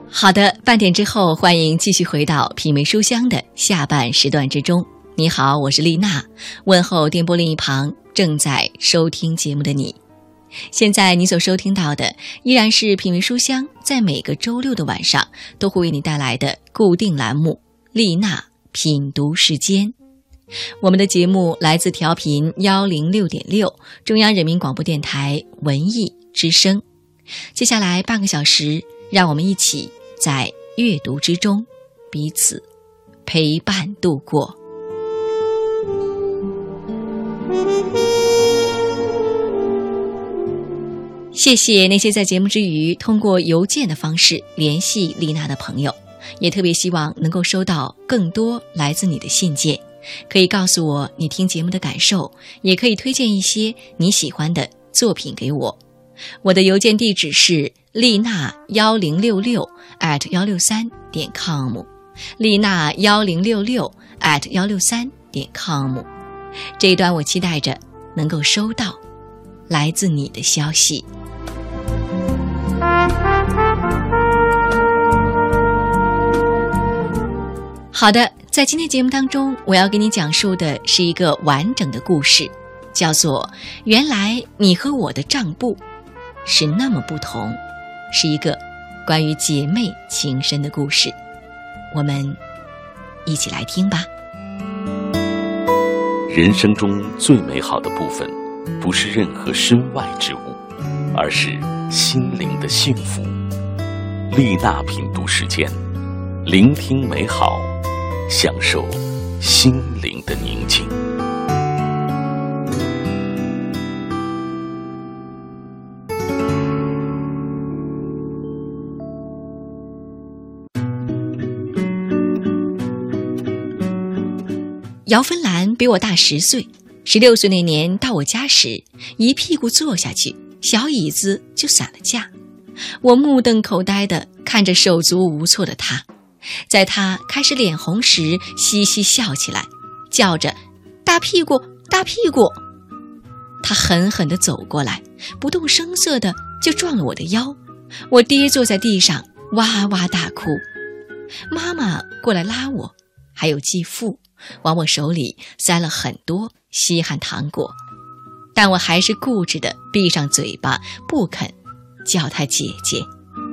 好的，半点之后，欢迎继续回到品味书香的下半时段之中。你好，我是丽娜，问候电波另一旁正在收听节目的你。现在你所收听到的依然是品味书香在每个周六的晚上都会为你带来的固定栏目丽娜品读时间。我们的节目来自调频 106.6 中央人民广播电台文艺之声。接下来半个小时，让我们一起在阅读之中彼此陪伴度过。谢谢那些在节目之余通过邮件的方式联系丽娜的朋友，也特别希望能够收到更多来自你的信件，可以告诉我你听节目的感受，也可以推荐一些你喜欢的作品给我。我的邮件地址是丽娜1066@163.com， 丽娜1066@163.com。 这一段我期待着能够收到来自你的消息。好的，在今天节目当中，我要给你讲述的是一个完整的故事，叫做原来你和我的账簿是那么不同，是一个关于姐妹情深的故事。我们一起来听吧。 人生中最美好的部分不是任何身外之物，而是心灵的幸福。丽娜品读时间，聆听美好，享受心灵的宁静。 姚芬兰比我大10岁，16岁那年到我家时，一屁股坐下去，小椅子就散了架。我目瞪口呆地看着手足无措的他，在他开始脸红时嘻嘻笑起来，叫着大屁股大屁股。他狠狠地走过来，不动声色地就撞了我的腰，我跌坐在地上哇哇大哭。妈妈过来拉我，还有继父往我手里塞了很多稀罕糖果，但我还是固执地闭上嘴巴，不肯叫她姐姐。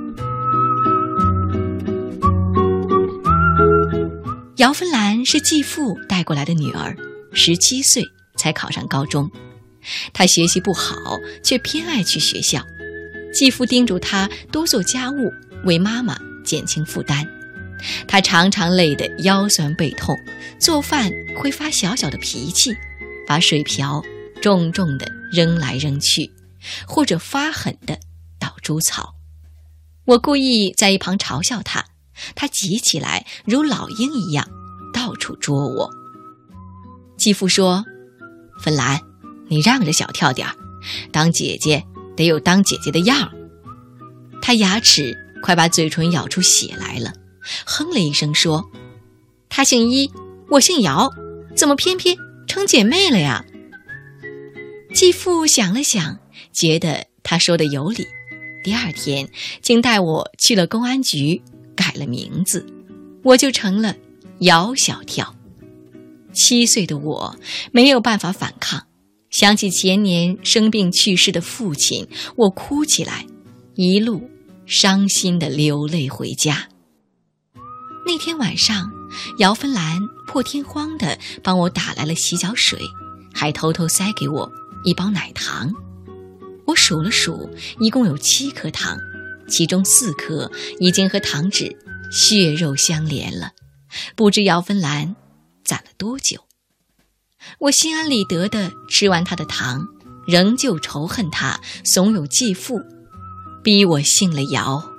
姚芬兰是继父带过来的女儿，17岁才考上高中。她学习不好，却偏爱去学校。继父叮嘱她多做家务，为妈妈减轻负担。她常常累得腰酸背痛，做饭会发小小的脾气，把水瓢重重地扔来扔去，或者发狠地捣猪草。我故意在一旁嘲笑她，她急起来如老鹰一样到处捉我。继父说，芬兰，你让着小跳点儿，当姐姐得有当姐姐的样儿。他牙齿快把嘴唇咬出血来了，哼了一声说，他姓一，我姓姚，怎么偏偏成姐妹了呀？继父想了想，觉得他说的有理，第二天竟带我去了公安局，改了名字，我就成了姚小跳。7岁的我没有办法反抗，想起前年生病去世的父亲，我哭起来，一路伤心地流泪回家。那天晚上，姚芬兰破天荒地帮我打来了洗脚水，还偷偷塞给我一包奶糖。我数了数，一共有7颗糖，其中4颗已经和糖纸血肉相连了，不知姚芬兰攒了多久。我心安理得地吃完她的糖，仍旧仇恨她怂恿继父逼我姓了姚。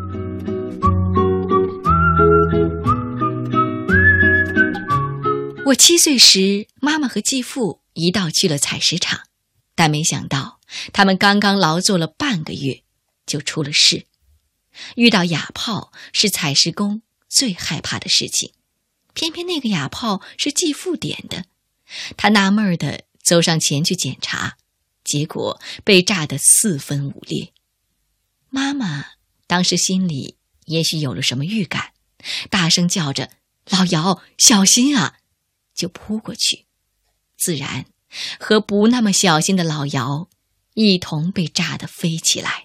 我7岁时，妈妈和继父一道去了采石场，但没想到他们刚刚劳作了半个月，就出了事。遇到哑炮是采石工最害怕的事情，偏偏那个哑炮是继父点的。他纳闷地走上前去检查，结果被炸得4分5裂。妈妈当时心里也许有了什么预感，大声叫着老姚小心啊，就扑过去，自然和不那么小心的老姚一同被炸得飞起来。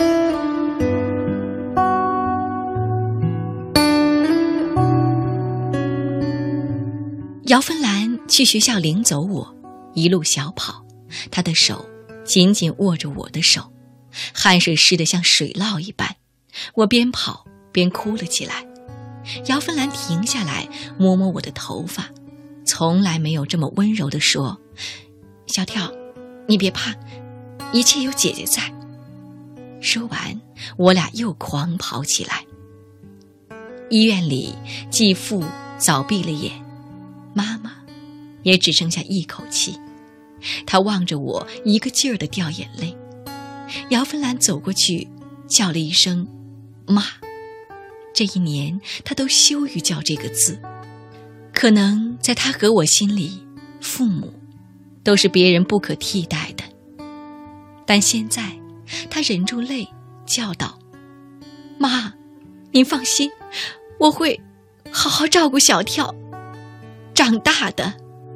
姚芬兰去学校领走我，一路小跑，她的手紧紧握着我的手，汗水湿得像水涝一般。我边跑边哭了起来。姚芬兰停下来摸摸我的头发，从来没有这么温柔地说：小跳，你别怕，一切有姐姐在。说完，我俩又狂跑起来。医院里，继父早闭了眼，妈妈也只剩下一口气。她望着我，一个劲儿地掉眼泪。姚芬兰走过去，叫了一声妈。这一年，她都羞于叫这个字。可能在她和我心里，父母都是别人不可替代的。但现在，她忍住泪，叫道：妈，您放心，我会好好照顾小跳，长大的。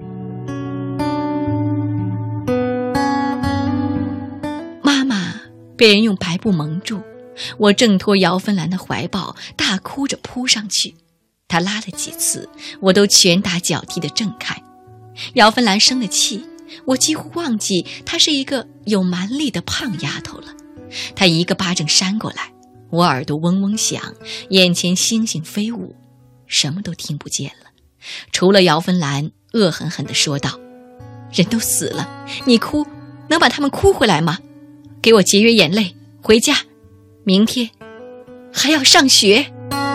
妈妈被人用白布蒙住，我挣脱姚芬兰的怀抱，大哭着扑上去。她拉了几次，我都拳打脚踢地挣开。姚芬兰生了气，我几乎忘记她是一个有蛮力的胖丫头了。她一个巴掌扇过来，我耳朵嗡嗡响，眼前星星飞舞，什么都听不见了，除了姚芬兰恶狠狠地说道：人都死了，你哭能把他们哭回来吗？给我节约眼泪，回家，明天还要上学。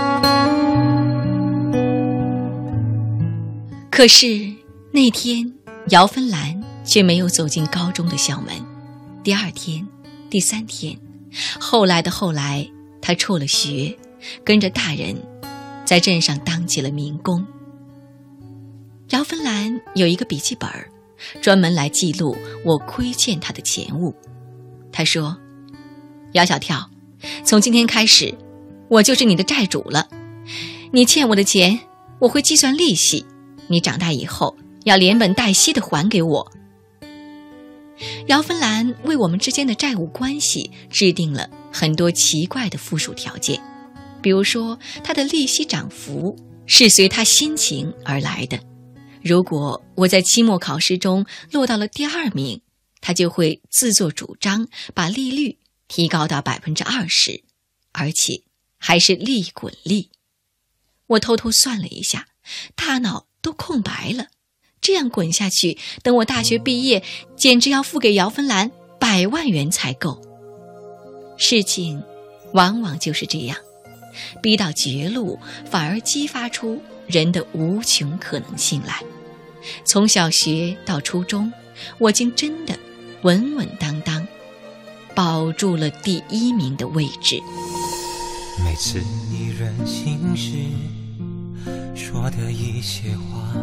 可是那天姚芬兰却没有走进高中的校门。第二天，第三天，后来的后来，她辍了学，跟着大人在镇上当起了民工。姚芬兰有一个笔记本，专门来记录我亏欠她的钱物。她说：姚小跳，从今天开始，我就是你的债主了。你欠我的钱，我会计算利息，你长大以后要连本带息地还给我。姚芬兰为我们之间的债务关系制定了很多奇怪的附属条件，比如说她的利息涨幅是随她心情而来的。如果我在期末考试中落到了第2名，她就会自作主张把利率提高到 20%， 而且还是利滚利。我偷偷算了一下，大脑都空白了。这样滚下去，等我大学毕业，简直要付给姚芬兰100万元才够。事情往往就是这样，逼到绝路，反而激发出人的无穷可能性来。从小学到初中，我竟真的稳稳当当保住了第1名的位置。 每次一人心事说的一些话，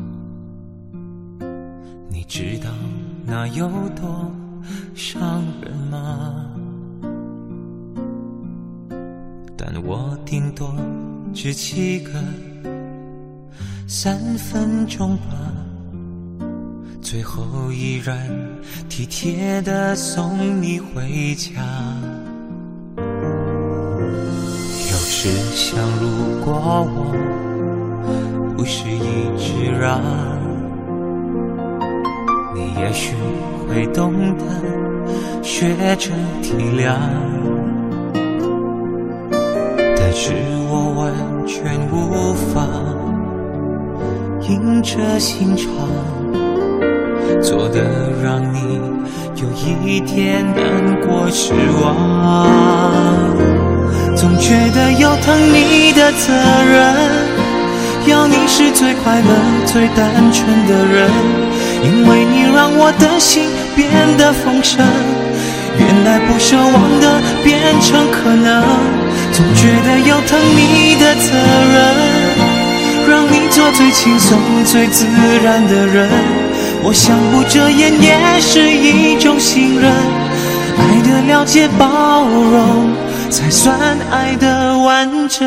你知道那有多伤人吗？但我顶多只记个3分钟吧，最后依然体贴地送你回家。有时想，如果我不是一直让，你也许会懂得学着体谅。但是我完全无法硬着心肠，做得让你有一点难过失望。总觉得有疼你的责任，要你是最快乐最单纯的人，因为你让我的心变得丰盛，原来不奢望的变成可能。总觉得有疼你的责任，让你做最轻松最自然的人，我想不遮掩也是一种信任，爱的了解包容才算爱的完完整。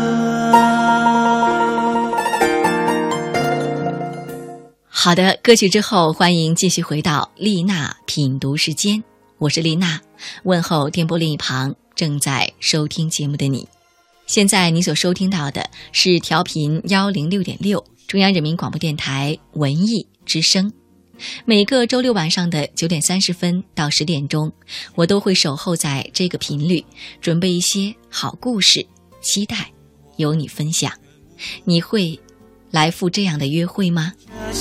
好的，歌曲之后，欢迎继续回到丽娜品读时间，我是丽娜，问候电波另一旁正在收听节目的你。现在你所收听到的是调频106.6中央人民广播电台文艺之声。每个周六晚上的9点30分到10点钟，我都会守候在这个频率，准备一些好故事，期待有你分享。你会来赴这样的约会吗？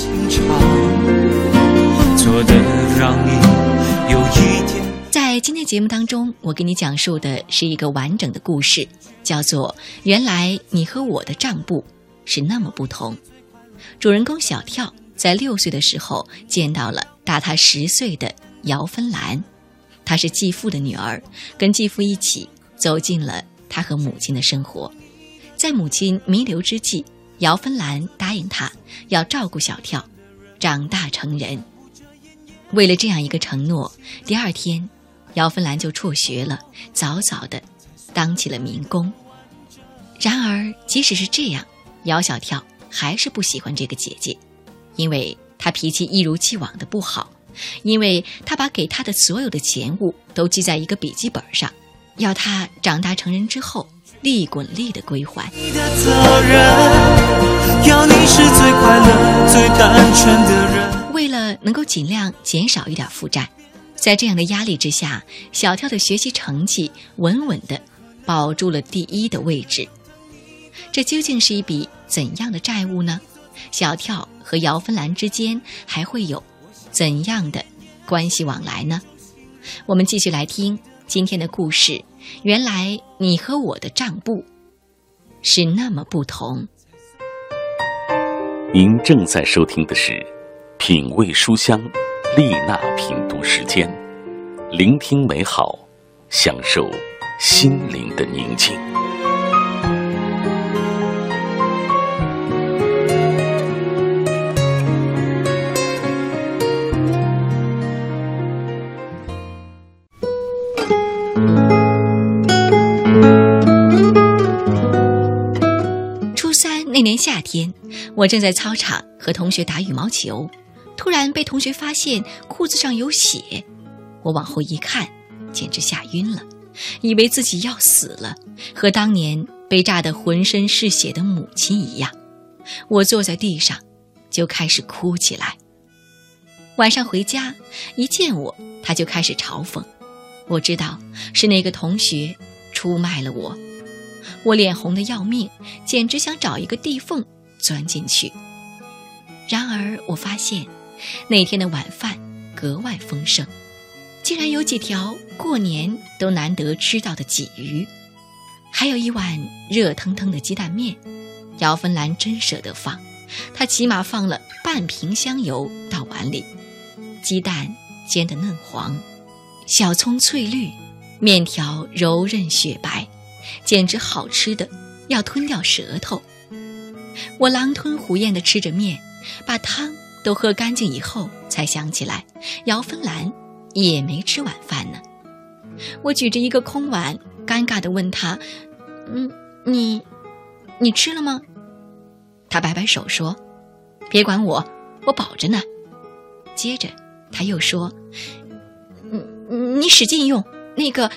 在今天节目当中，我给你讲述的是一个完整的故事，叫做原来你和我的账簿是那么不同。主人公小跳在6岁的时候见到了大他10岁的姚芬兰，她是继父的女儿，跟继父一起走进了他和母亲的生活。在母亲弥留之际，姚芬兰答应他要照顾小跳长大成人。为了这样一个承诺，第2天姚芬兰就辍学了，早早地当起了民工。然而即使是这样，姚小跳还是不喜欢这个姐姐，因为她脾气一如既往的不好，因为她把给她的所有的钱物都记在一个笔记本上，要她长大成人之后利滚利的归还。 你的责任，要你是最快乐最单纯的人。 为了能够尽量减少一点负债，在这样的压力之下，小跳的学习成绩稳稳地保住了第1的位置。这究竟是一笔怎样的债务呢？小跳和姚芬兰之间还会有怎样的关系往来呢？我们继续来听今天的故事，原来你和我的账簿是那么不同。 您正在收听的是品味书香丽娜品读时间，聆听美好，享受心灵的宁静。 初3那年夏天，我正在操场和同学打羽毛球，突然被同学发现裤子上有血。我往后一看，简直吓晕了，以为自己要死了，和当年被炸得浑身是血的母亲一样。我坐在地上就开始哭起来。晚上回家，一见我他就开始嘲讽，我知道是那个同学出卖了我。我脸红得要命，简直想找一个地缝钻进去。然而我发现那天的晚饭格外丰盛，竟然有几条过年都难得吃到的鲫鱼，还有一碗热腾腾的鸡蛋面。姚芬兰真舍得放，她起码放了半瓶香油到碗里。鸡蛋煎得嫩黄，小葱翠绿，面条柔韧雪白，简直好吃的要吞掉舌头。我狼吞虎咽地吃着面，把汤都喝干净以后，才想起来姚芬兰也没吃晚饭呢。我举着一个空碗，尴尬地问他：你吃了吗？他摆摆手说：别管我，我饱着呢。接着他又说：你使劲用那个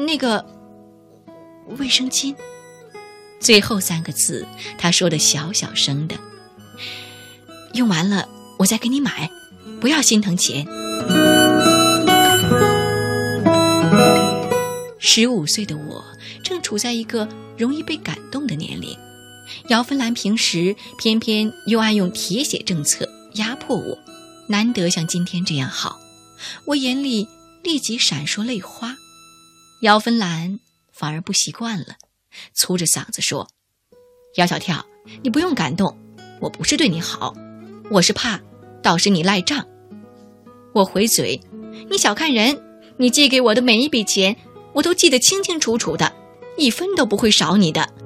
卫生巾。最后3个字他说的小小声的，用完了我再给你买，不要心疼钱。15岁的我正处在一个容易被感动的年龄，姚芬兰平时偏偏又爱用铁血政策压迫我，难得像今天这样好，我眼里立即闪烁泪花。姚芬兰反而不习惯了，粗着嗓子说：姚小跳，你不用感动，我不是对你好，我是怕到时你赖账。我回嘴：你小看人，你寄给我的每一笔钱我都记得清清楚楚的，1分都不会少你的。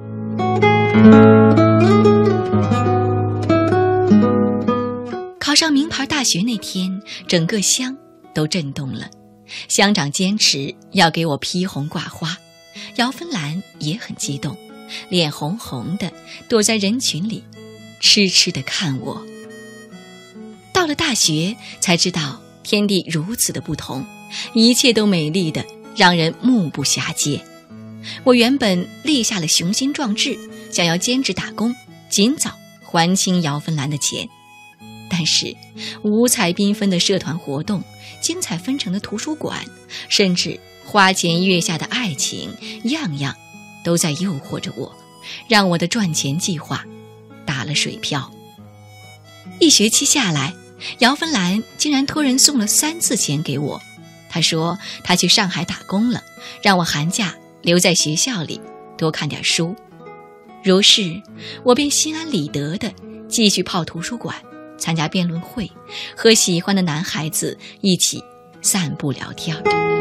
考上名牌大学那天，整个乡都震动了。乡长坚持要给我披红挂花， 姚芬兰也很激动，脸红红的，躲在人群里，痴痴地看我。到了大学，才知道天地如此的不同，一切都美丽的让人目不暇接。我原本立下了雄心壮志，想要兼职打工，尽早还清姚芬兰的钱。但是五彩缤纷的社团活动，精彩纷呈的图书馆，甚至花前月下的爱情，样样都在诱惑着我，让我的赚钱计划打了水漂。一学期下来，姚芬兰竟然托人送了3次钱给我。她说她去上海打工了，让我寒假留在学校里多看点书。如是，我便心安理得地继续泡图书馆，参加辩论会，和喜欢的男孩子一起散步聊天。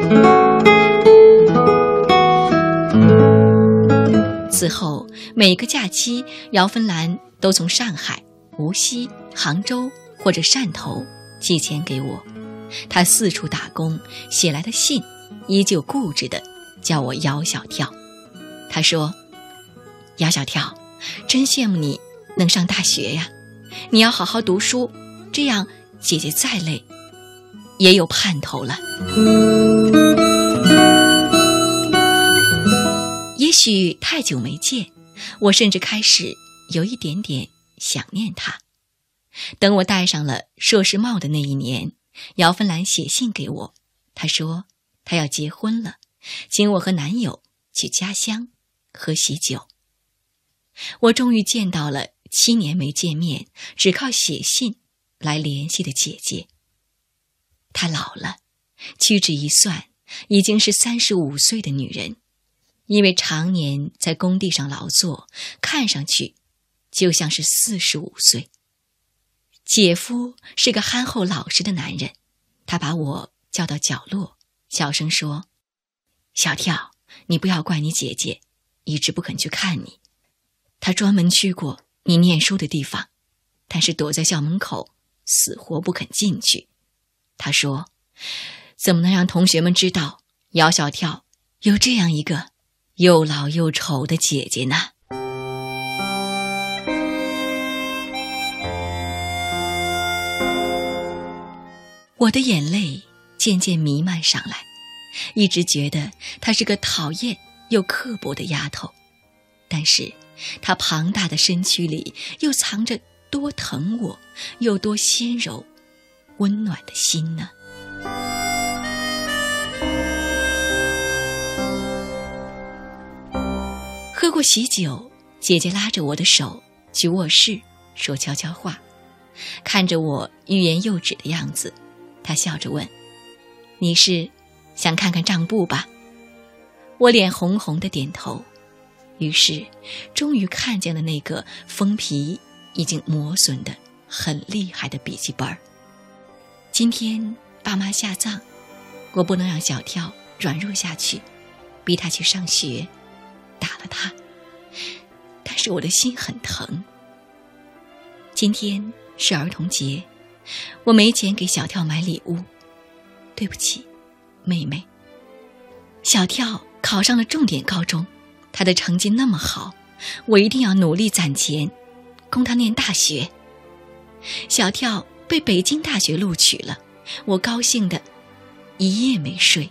此后每个假期，姚芬兰都从上海、无锡、杭州或者汕头寄钱给我。她四处打工，写来的信依旧固执地叫我姚小跳。她说：姚小跳，真羡慕你能上大学呀，你要好好读书，这样姐姐再累也有盼头了。也许太久没见，我甚至开始有一点点想念她。等我戴上了硕士帽的那一年，姚芬兰写信给我，她说她要结婚了，请我和男友去家乡喝喜酒。我终于见到了7年没见面，只靠写信来联系的姐姐。她老了，屈指一算，已经是35岁的女人，因为常年在工地上劳作，看上去就像是45岁。姐夫是个憨厚老实的男人，他把我叫到角落，小声说：小跳，你不要怪你姐姐一直不肯去看你，她专门去过你念书的地方，但是躲在校门口死活不肯进去。她说，怎么能让同学们知道姚小跳有这样一个又老又丑的姐姐呢？我的眼泪渐渐弥漫上来，一直觉得她是个讨厌又刻薄的丫头，但是她庞大的身躯里又藏着多疼我又多纤柔温暖的心呢。喝过喜酒，姐姐拉着我的手去卧室说悄悄话，看着我欲言又止的样子，她笑着问：你是想看看账簿吧？我脸红红的点头，于是终于看见了那个封皮已经磨损得很厉害的笔记本。今天爸妈下葬，我不能让小跳软弱下去，逼他去上学，打了他，但是我的心很疼。今天是儿童节，我没钱给小跳买礼物，对不起妹妹。小跳考上了重点高中，他的成绩那么好，我一定要努力攒钱供他念大学。小跳被北京大学录取了，我高兴得一夜没睡。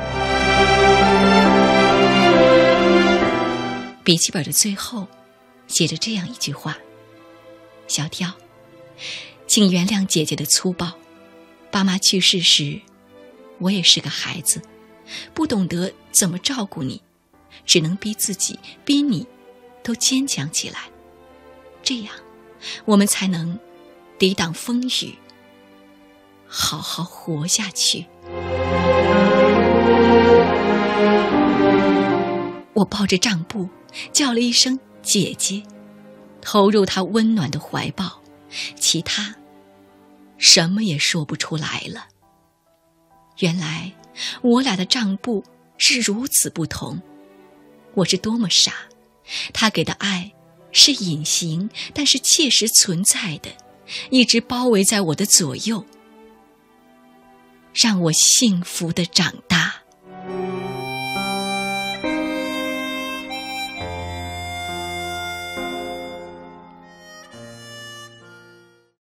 笔记本的最后写着这样一句话：小跳，请原谅姐姐的粗暴，爸妈去世时我也是个孩子，不懂得怎么照顾你，只能逼自己逼你都坚强起来，这样我们才能抵挡风雨，好好活下去。我抱着账簿叫了一声姐姐，投入她温暖的怀抱，其他什么也说不出来了。原来我俩的账簿是如此不同，我是多么傻，他给的爱是隐形但是切实存在的，一直包围在我的左右，让我幸福地长大。